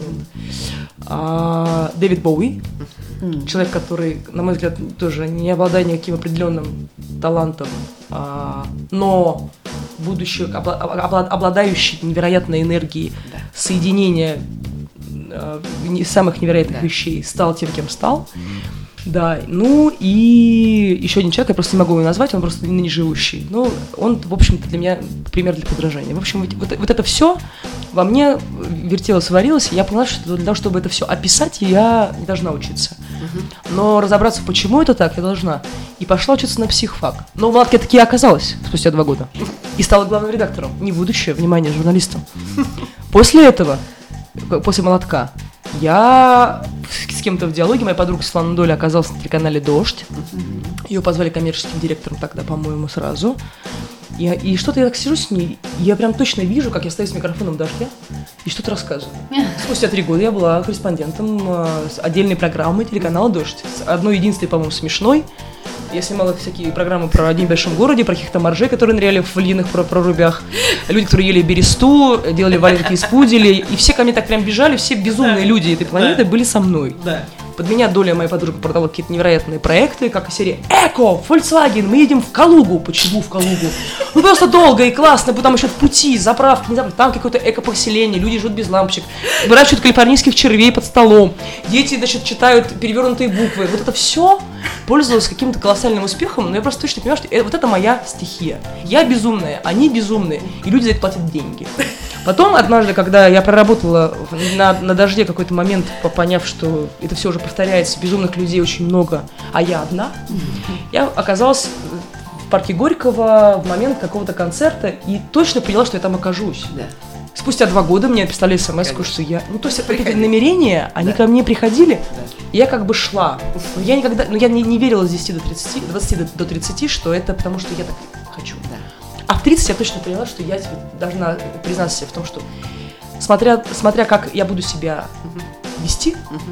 S3: момент. Дэвид Боуи, человек, который, на мой взгляд, тоже не обладая никаким определенным талантом, но будучи обладающий невероятной энергией соединения самых невероятных вещей, стал тем, кем стал. Да, ну и еще один человек, я просто не могу его назвать, он просто ныне живущий. Но он, в общем-то, для меня пример для подражания. В общем, вот это все во мне вертелось, варилось, и я поняла, что для того, чтобы это все описать, я не должна учиться. Но разобраться, почему это так, я должна. И пошла учиться на психфак. Но в «Молотке» таки оказалась спустя 2 года. И стала главным редактором, не будущее, внимание, журналистом. После этого, после «Молотка», я с кем-то в диалоге, моя подруга Светлана Доля оказалась на телеканале «Дождь». Ее позвали коммерческим директором тогда, по-моему, сразу. И что-то я так сижу с ней, и я прям точно вижу, как я стою с микрофоном в «Дожде» и что-то рассказываю. Спустя 3 года я была корреспондентом отдельной программы телеканала «Дождь». Одной единственной, по-моему, смешной. Я снимала всякие программы про «День в большом городе», про каких-то моржей, которые ныряли в львиных прорубях, люди, которые ели бересту, делали валенки из пуделей, и все ко мне так прям бежали, все безумные люди этой планеты были со мной. Под меня Доля, моя подруга, продала какие-то невероятные проекты, как из серии «Эко! Volkswagen! Мы едем в Калугу!» Почему в Калугу? Ну просто долго и классно, потом еще в пути, заправки, не заправки, там какое-то эко-поселение, люди живут без лампочек, выращивают калифорнийских червей под столом, дети, значит, читают перевернутые буквы. Вот это все пользовалось каким-то колоссальным успехом, но я просто точно понимаю, что вот это моя стихия. Я безумная, они безумные, и люди за это платят деньги. Потом однажды, когда я проработала на «Дожде» какой-то момент, поняв, что это все уже повторяется, безумных людей очень много, а я одна, я оказалась в парке Горького в момент какого-то концерта и точно поняла, что я там окажусь. Спустя 2 года мне прислали смс-ку, что я... Ну, то есть эти намерения, они ко мне приходили, и я как бы шла. Но я никогда... Ну, я не верила с 10 до 30, 20 до 30, что это потому, что я так хочу. А в 30 я точно поняла, что я себе должна признаться себе в том, что смотря как я буду себя вести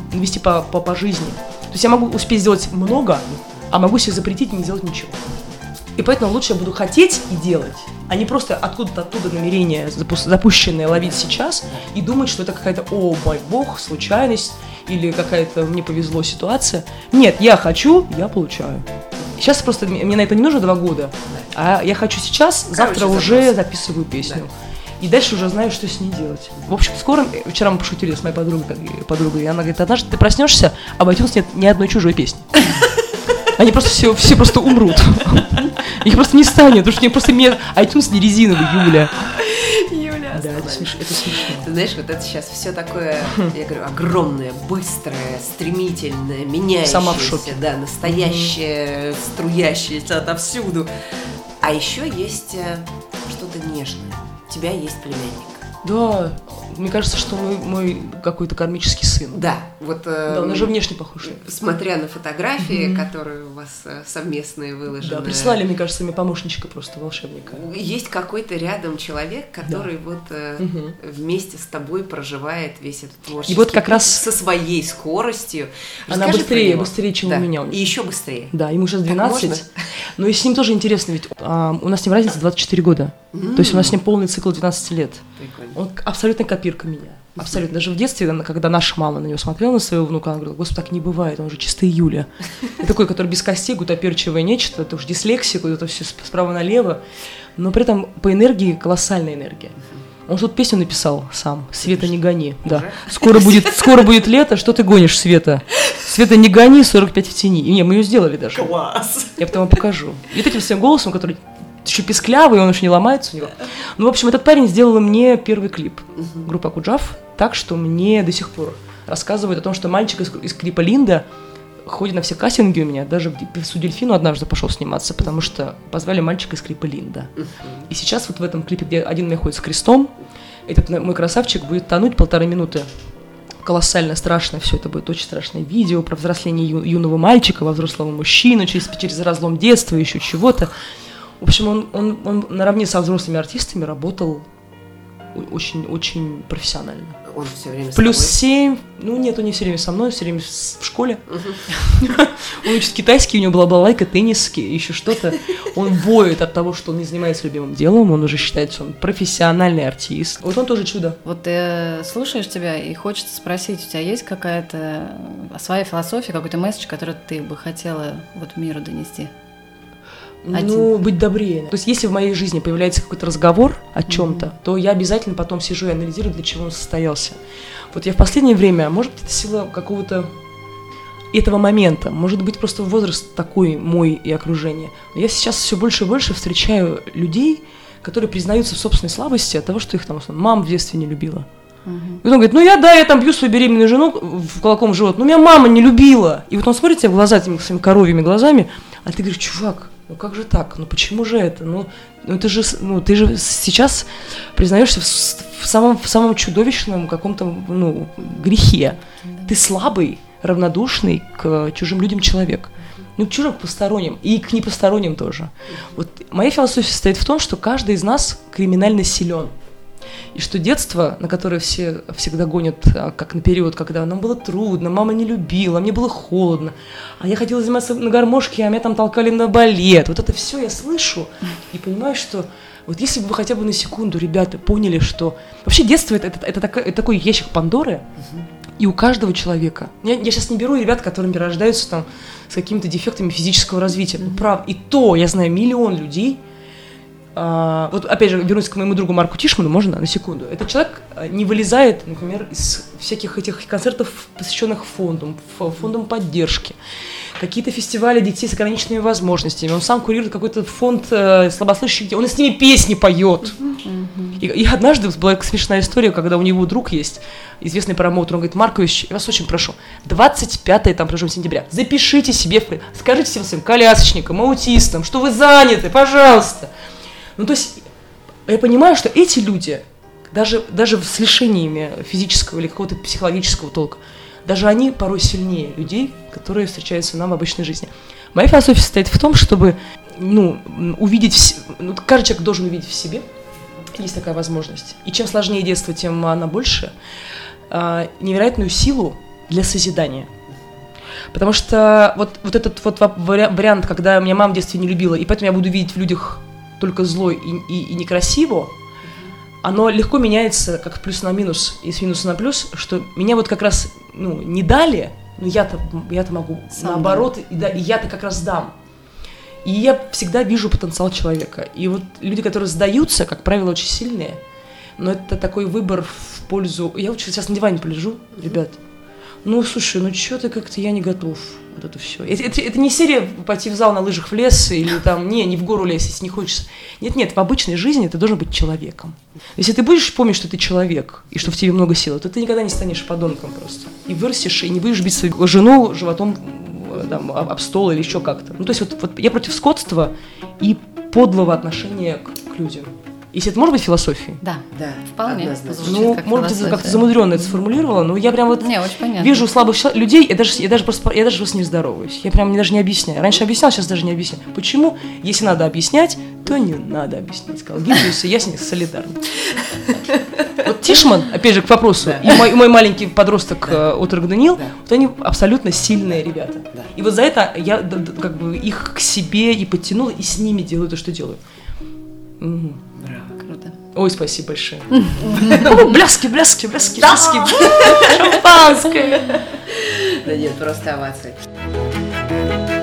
S3: по жизни, то есть я могу успеть сделать много, а могу себе запретить и не сделать ничего. И поэтому лучше я буду хотеть и делать, а не просто откуда-то оттуда намерение, запущенное, ловить сейчас и думать, что это какая-то, о мой бог, случайность или какая-то мне повезло ситуация. Нет, я хочу, я получаю. Сейчас просто мне на это не нужно 2 года, а я хочу сейчас, завтра уже записываю песню. И дальше уже знаю, что с ней делать. В общем, скоро, вчера мы пошутили с моей подругой, и она говорит, однажды ты проснешься, а в iTunes нет ни одной чужой песни. Они просто все просто умрут. Их просто не станет, потому что просто iTunes не резиновый, Юля. Да, это смешно.
S1: Ты знаешь, вот это сейчас все такое, я говорю, огромное, быстрое, стремительное, меняющееся.
S3: Сама в шоке.
S1: Да, настоящее, струящееся отовсюду. А еще есть что-то нежное. У тебя есть племянник.
S3: Да, Мне кажется, что мой какой-то кармический сын.
S1: Да, вот...
S3: Да, он даже внешне похож.
S1: Смотря на фотографии, которые у вас совместные выложены.
S3: Да, прислали, мне кажется, мне помощничка просто, волшебника.
S1: Есть какой-то рядом человек, который вот вместе с тобой проживает весь этот творческий
S3: и вот как раз
S1: со своей скоростью.
S3: Она быстрее, чем у меня.
S1: И еще быстрее.
S3: Да, ему сейчас 12. Но и с ним тоже интересно, ведь у нас с ним разница 24 года. То есть у нас с ним полный цикл 12 лет.
S1: Прикольно.
S3: Он абсолютно копирка меня. Абсолютно. Даже в детстве, когда наша мама на него смотрела, на своего внука, она говорила: господи, так не бывает, он же чистый Юля. И такой, который без костей, гутоперчивое нечто, это уж дислексия, это все справа налево. Но при этом по энергии колоссальная энергия. Он тут песню написал сам: «Света, не гони». Да. Скоро будет лето, что ты гонишь, Света? Света, не гони, 45 в тени. И мы ее сделали даже.
S1: Класс!
S3: Я потом вам покажу. И вот этим своим голосом, который еще писклявый, он еще не ломается у него. Ну, в общем, этот парень сделал мне первый клип. Группа Куджав. Так что мне до сих пор рассказывают о том, что мальчик из клипа «Линда» ходит на все кастинги у меня. Даже в «Певцу Дельфину» однажды пошел сниматься, потому что позвали мальчика из клипа «Линда». И сейчас вот в этом клипе, где один у меня ходит с крестом, этот мой красавчик будет тонуть 1,5 минуты. Колоссально страшно все это будет, очень страшное видео про взросление юного мальчика во взрослого мужчину через разлом детства, еще чего-то. В общем, он наравне со взрослыми артистами работал очень-очень профессионально.
S1: Он все время
S3: Плюс 7, нет, он не все время со мной, все время в школе. Он учит китайский, у него была балалайка, тенниски, еще что-то. Он воет от того, что он не занимается любимым делом, он уже считает, что он профессиональный артист. Вот он тоже чудо.
S2: Вот ты слушаешь тебя, и хочется спросить, у тебя есть какая-то своя философия, какой-то месседж, который ты бы хотела вот миру донести?
S3: Быть добрее. То есть, если в моей жизни появляется какой-то разговор о чем-то, то я обязательно потом сижу и анализирую, для чего он состоялся. Вот я в последнее время, может быть, это сила какого-то этого момента, может быть, просто возраст такой мой и окружение. Но я сейчас все больше и больше встречаю людей, которые признаются в собственной слабости от того, что их там мама в детстве не любила. И он говорит: я там бью свою беременную жену в кулаком в живот, но меня мама не любила. И вот он смотрит тебе в глаза этими своими коровьими глазами, а ты говоришь: чувак, как же так? Почему же это? Ты же сейчас признаешься в самом чудовищном каком-то грехе. Ты слабый, равнодушный к чужим людям человек. К чужим, к посторонним. И к непосторонним тоже. Вот моя философия состоит в том, что каждый из нас криминально силен. И что детство, на которое все всегда гонят, как на период, когда нам было трудно, мама не любила, мне было холодно, а я хотела заниматься на гармошке, а меня там толкали на балет. Вот это все я слышу и понимаю, что вот если бы вы хотя бы на секунду, ребята, поняли, что вообще детство это такой ящик Пандоры, и у каждого человека. Я сейчас не беру ребят, которыми рождаются там с какими-то дефектами физического развития. Правда. И то я знаю миллион людей. Вот опять же, вернусь к моему другу Марку Тишману, можно на секунду. Этот человек не вылезает, например, из всяких этих концертов, посвященных фондам поддержки. Какие-то фестивали детей с ограниченными возможностями. Он сам курирует какой-то фонд слабослышащих детей. Он с ними песни поет. И однажды была смешная история, когда у него друг есть, известный промоутер, он говорит: Маркович, я вас очень прошу, 25-е, там, прожим сентября, запишите себе, скажите всем своим колясочникам, аутистам, что вы заняты, пожалуйста. То есть я понимаю, что эти люди, даже с лишениями физического или какого-то психологического толка, даже они порой сильнее людей, которые встречаются нам в обычной жизни. Моя философия состоит в том, чтобы увидеть, каждый человек должен увидеть в себе, есть такая возможность. И чем сложнее детство, тем она больше, невероятную силу для созидания. Потому что вот этот вот вариант, когда меня мама в детстве не любила, и поэтому я буду видеть в людях только зло и некрасиво, оно легко меняется как плюс на минус и с минуса на плюс, что меня вот как раз не дали, но я-то могу сам наоборот, и я-то как раз дам. И я всегда вижу потенциал человека. И вот люди, которые сдаются, как правило, очень сильные, но это такой выбор в пользу... Я вот сейчас на диване полежу, ребят, слушай, что-то как-то я не готов. Вот это все. Это не серия пойти в зал на лыжах в лес или там, не в гору лезть, если не хочется. Нет, в обычной жизни ты должен быть человеком. Если ты будешь помнить, что ты человек и что в тебе много сил, то ты никогда не станешь подонком просто. И вырастешь, и не будешь бить свою жену животом об стол или еще как-то. То есть вот я против скотства и подлого отношения к людям. Если это может быть философией?
S2: Да,
S1: вполне.
S3: Ну, может быть, как-то замудренно это сформулировала, но я прям вот вижу слабых людей, я даже просто не здороваюсь. Я прям даже не объясняю. Раньше объясняла, сейчас даже не объясняю. Почему? Если надо объяснять, то не надо объяснять. Сказал Гиппиус, и я с ней солидарна. Вот Тишман, опять же, к вопросу, и мой маленький подросток отрок Даниил, вот они абсолютно сильные ребята. И вот за это я как бы их к себе и подтянула, и с ними делаю то, что делаю.
S2: Круто.
S3: Ой, спасибо большое. Бляски. Шампанское.
S1: Да нет, просто овации.